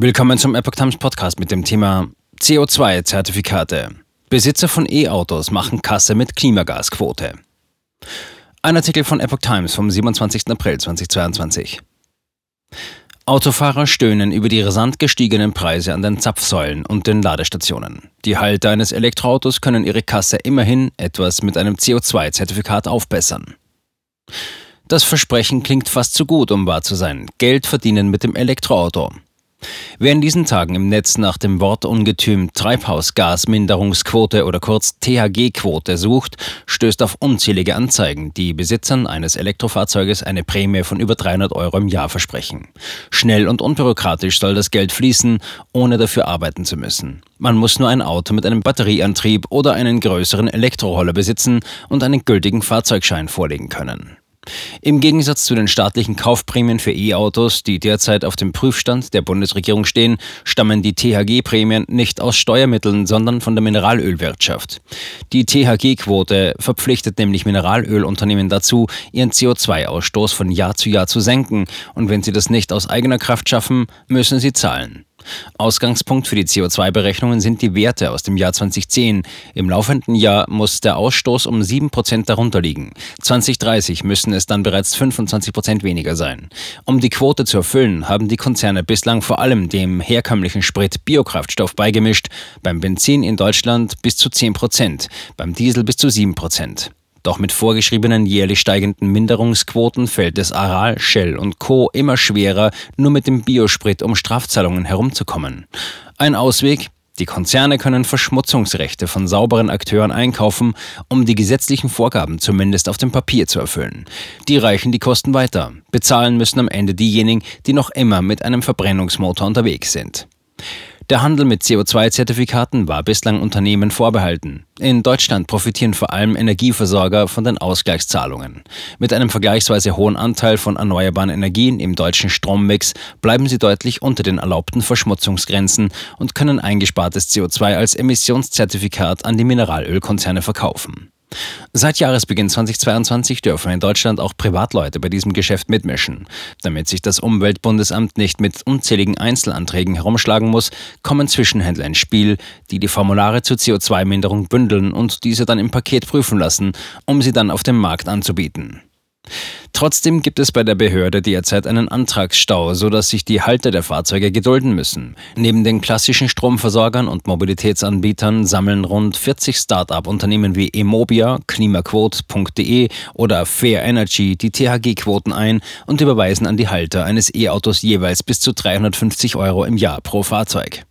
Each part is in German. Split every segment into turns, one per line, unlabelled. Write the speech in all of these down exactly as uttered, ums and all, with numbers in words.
Willkommen zum Epoch Times Podcast mit dem Thema C O zwei Zertifikate. Besitzer von E-Autos machen Kasse mit Klimagasquote. Ein Artikel von Epoch Times vom siebenundzwanzigsten April zweitausendzweiundzwanzig. Autofahrer stöhnen über die rasant gestiegenen Preise an den Zapfsäulen und den Ladestationen. Die Halter eines Elektroautos können ihre Kasse immerhin etwas mit einem C O zwei Zertifikat aufbessern. Das Versprechen klingt fast zu gut, um wahr zu sein. Geld verdienen mit dem Elektroauto. Wer in diesen Tagen im Netz nach dem Wortungetüm Treibhausgasminderungsquote oder kurz T H G-Quote sucht, stößt auf unzählige Anzeigen, die Besitzern eines Elektrofahrzeuges eine Prämie von über dreihundert Euro im Jahr versprechen. Schnell und unbürokratisch soll das Geld fließen, ohne dafür arbeiten zu müssen. Man muss nur ein Auto mit einem Batterieantrieb oder einen größeren Elektroroller besitzen und einen gültigen Fahrzeugschein vorlegen können. Im Gegensatz zu den staatlichen Kaufprämien für E-Autos, die derzeit auf dem Prüfstand der Bundesregierung stehen, stammen die T H G-Prämien nicht aus Steuermitteln, sondern von der Mineralölwirtschaft. Die T H G-Quote verpflichtet nämlich Mineralölunternehmen dazu, ihren C O zwei Ausstoß von Jahr zu Jahr zu senken, und wenn sie das nicht aus eigener Kraft schaffen, müssen sie zahlen. Ausgangspunkt für die C O zwei Berechnungen sind die Werte aus dem Jahr zweitausendzehn. Im laufenden Jahr muss der Ausstoß um sieben Prozent darunter liegen. zweitausenddreißig müssen es dann bereits fünfundzwanzig Prozent weniger sein. Um die Quote zu erfüllen, haben die Konzerne bislang vor allem dem herkömmlichen Sprit Biokraftstoff beigemischt, beim Benzin in Deutschland bis zu zehn Prozent, beim Diesel bis zu sieben Prozent. Doch mit vorgeschriebenen jährlich steigenden Minderungsquoten fällt es Aral, Shell und Co. immer schwerer, nur mit dem Biosprit um Strafzahlungen herumzukommen. Ein Ausweg? Die Konzerne können Verschmutzungsrechte von sauberen Akteuren einkaufen, um die gesetzlichen Vorgaben zumindest auf dem Papier zu erfüllen. Die reichen die Kosten weiter. Bezahlen müssen am Ende diejenigen, die noch immer mit einem Verbrennungsmotor unterwegs sind. Der Handel mit C O zwei Zertifikaten war bislang Unternehmen vorbehalten. In Deutschland profitieren vor allem Energieversorger von den Ausgleichszahlungen. Mit einem vergleichsweise hohen Anteil von erneuerbaren Energien im deutschen Strommix bleiben sie deutlich unter den erlaubten Verschmutzungsgrenzen und können eingespartes C O zwei als Emissionszertifikat an die Mineralölkonzerne verkaufen. Seit Jahresbeginn zweitausendzweiundzwanzig dürfen in Deutschland auch Privatleute bei diesem Geschäft mitmischen. Damit sich das Umweltbundesamt nicht mit unzähligen Einzelanträgen herumschlagen muss, kommen Zwischenhändler ins Spiel, die die Formulare zur C O zwei Minderung bündeln und diese dann im Paket prüfen lassen, um sie dann auf dem Markt anzubieten. Trotzdem gibt es bei der Behörde derzeit einen Antragsstau, sodass sich die Halter der Fahrzeuge gedulden müssen. Neben den klassischen Stromversorgern und Mobilitätsanbietern sammeln rund vierzig Start-up-Unternehmen wie Emobia, Klimaquote punkt de oder Fair Energy die T H G-Quoten ein und überweisen an die Halter eines E-Autos jeweils bis zu dreihundertfünfzig Euro im Jahr pro Fahrzeug.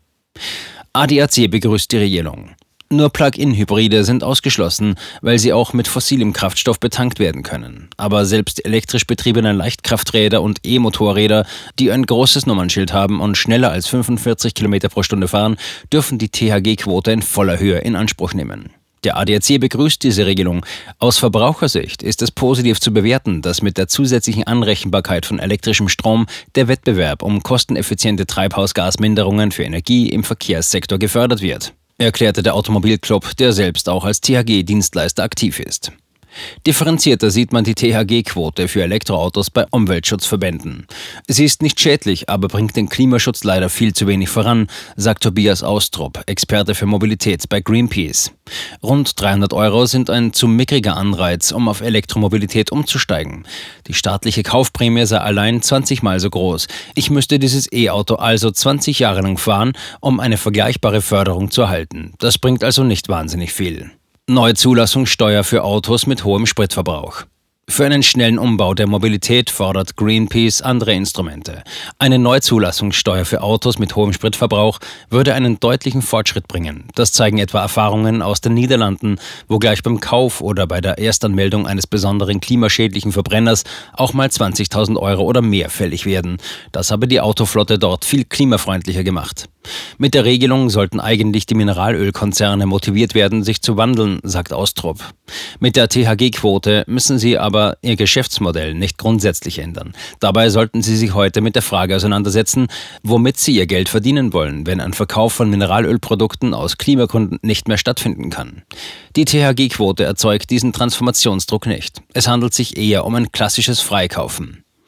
A D A C begrüßt die Regelung. Nur Plug-in-Hybride sind ausgeschlossen, weil sie auch mit fossilem Kraftstoff betankt werden können. Aber selbst elektrisch betriebene Leichtkrafträder und E-Motorräder, die ein großes Nummernschild haben und schneller als fünfundvierzig Kilometer pro Stunde fahren, dürfen die T H G-Quote in voller Höhe in Anspruch nehmen. Der A D A C begrüßt diese Regelung. Aus Verbrauchersicht ist es positiv zu bewerten, dass mit der zusätzlichen Anrechenbarkeit von elektrischem Strom der Wettbewerb um kosteneffiziente Treibhausgasminderungen für Energie im Verkehrssektor gefördert wird, erklärte der Automobilclub, der selbst auch als T H G-Dienstleister aktiv ist. Differenzierter sieht man die T H G-Quote für Elektroautos bei Umweltschutzverbänden. Sie ist nicht schädlich, aber bringt den Klimaschutz leider viel zu wenig voran, sagt Tobias Austrup, Experte für Mobilität bei Greenpeace. Rund dreihundert Euro sind ein zu mickriger Anreiz, um auf Elektromobilität umzusteigen. Die staatliche Kaufprämie sei allein zwanzig Mal so groß. Ich müsste dieses E-Auto also zwanzig Jahre lang fahren, um eine vergleichbare Förderung zu erhalten. Das bringt also nicht wahnsinnig viel. Neue Zulassungssteuer für Autos mit hohem Spritverbrauch. Für einen schnellen Umbau der Mobilität fordert Greenpeace andere Instrumente. Eine Neuzulassungssteuer für Autos mit hohem Spritverbrauch würde einen deutlichen Fortschritt bringen. Das zeigen etwa Erfahrungen aus den Niederlanden, wo gleich beim Kauf oder bei der Erstanmeldung eines besonderen klimaschädlichen Verbrenners auch mal zwanzigtausend Euro oder mehr fällig werden. Das habe die Autoflotte dort viel klimafreundlicher gemacht. Mit der Regelung sollten eigentlich die Mineralölkonzerne motiviert werden, sich zu wandeln, sagt Austrup. Mit der T H G-Quote müssen sie aber ihr Geschäftsmodell nicht grundsätzlich ändern. Dabei sollten sie sich heute mit der Frage auseinandersetzen, womit sie ihr Geld verdienen wollen, wenn ein Verkauf von Mineralölprodukten aus Klimagründen nicht mehr stattfinden kann. Die T H G-Quote erzeugt diesen Transformationsdruck nicht. Es handelt sich eher um ein klassisches Freikaufen.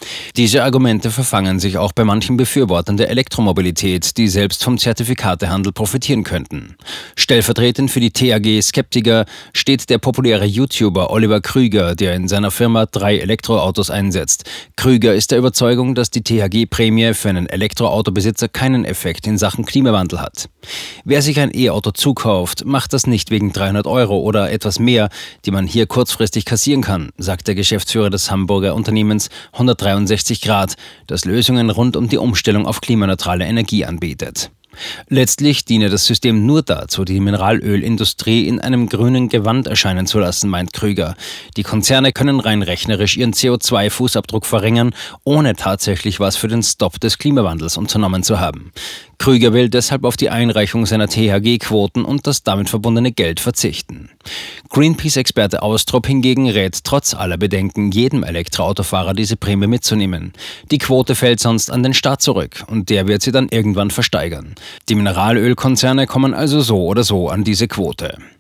Diese Argumente verfangen sich auch bei manchen Befürwortern der Elektromobilität, die selbst vom Zertifikatehandel profitieren könnten. Stellvertretend für die T H G-Skeptiker steht der populäre YouTuber Oliver Krüger, der in seiner Firma drei Elektroautos einsetzt. Krüger ist der Überzeugung, dass die T H G-Prämie für einen Elektroautobesitzer keinen Effekt in Sachen Klimawandel hat. Wer sich ein E-Auto zukauft, macht das nicht wegen dreihundert Euro oder etwas mehr, die man hier kurzfristig kassieren kann, sagt der Geschäftsführer des Hamburger Unternehmens hundertdreiundsechzig Grad, das Lösungen rund um die Umstellung auf klimaneutrale Energie anbietet. Letztlich diene das System nur dazu, die Mineralölindustrie in einem grünen Gewand erscheinen zu lassen, meint Krüger. Die Konzerne können rein rechnerisch ihren C O zwei Fußabdruck verringern, ohne tatsächlich was für den Stopp des Klimawandels unternommen zu haben. Krüger will deshalb auf die Einreichung seiner T H G-Quoten und das damit verbundene Geld verzichten. Greenpeace-Experte Austrup hingegen rät trotz aller Bedenken jedem Elektroautofahrer, diese Prämie mitzunehmen. Die Quote fällt sonst an den Staat zurück und der wird sie dann irgendwann versteigern. Die Mineralölkonzerne kommen also so oder so an diese Quote.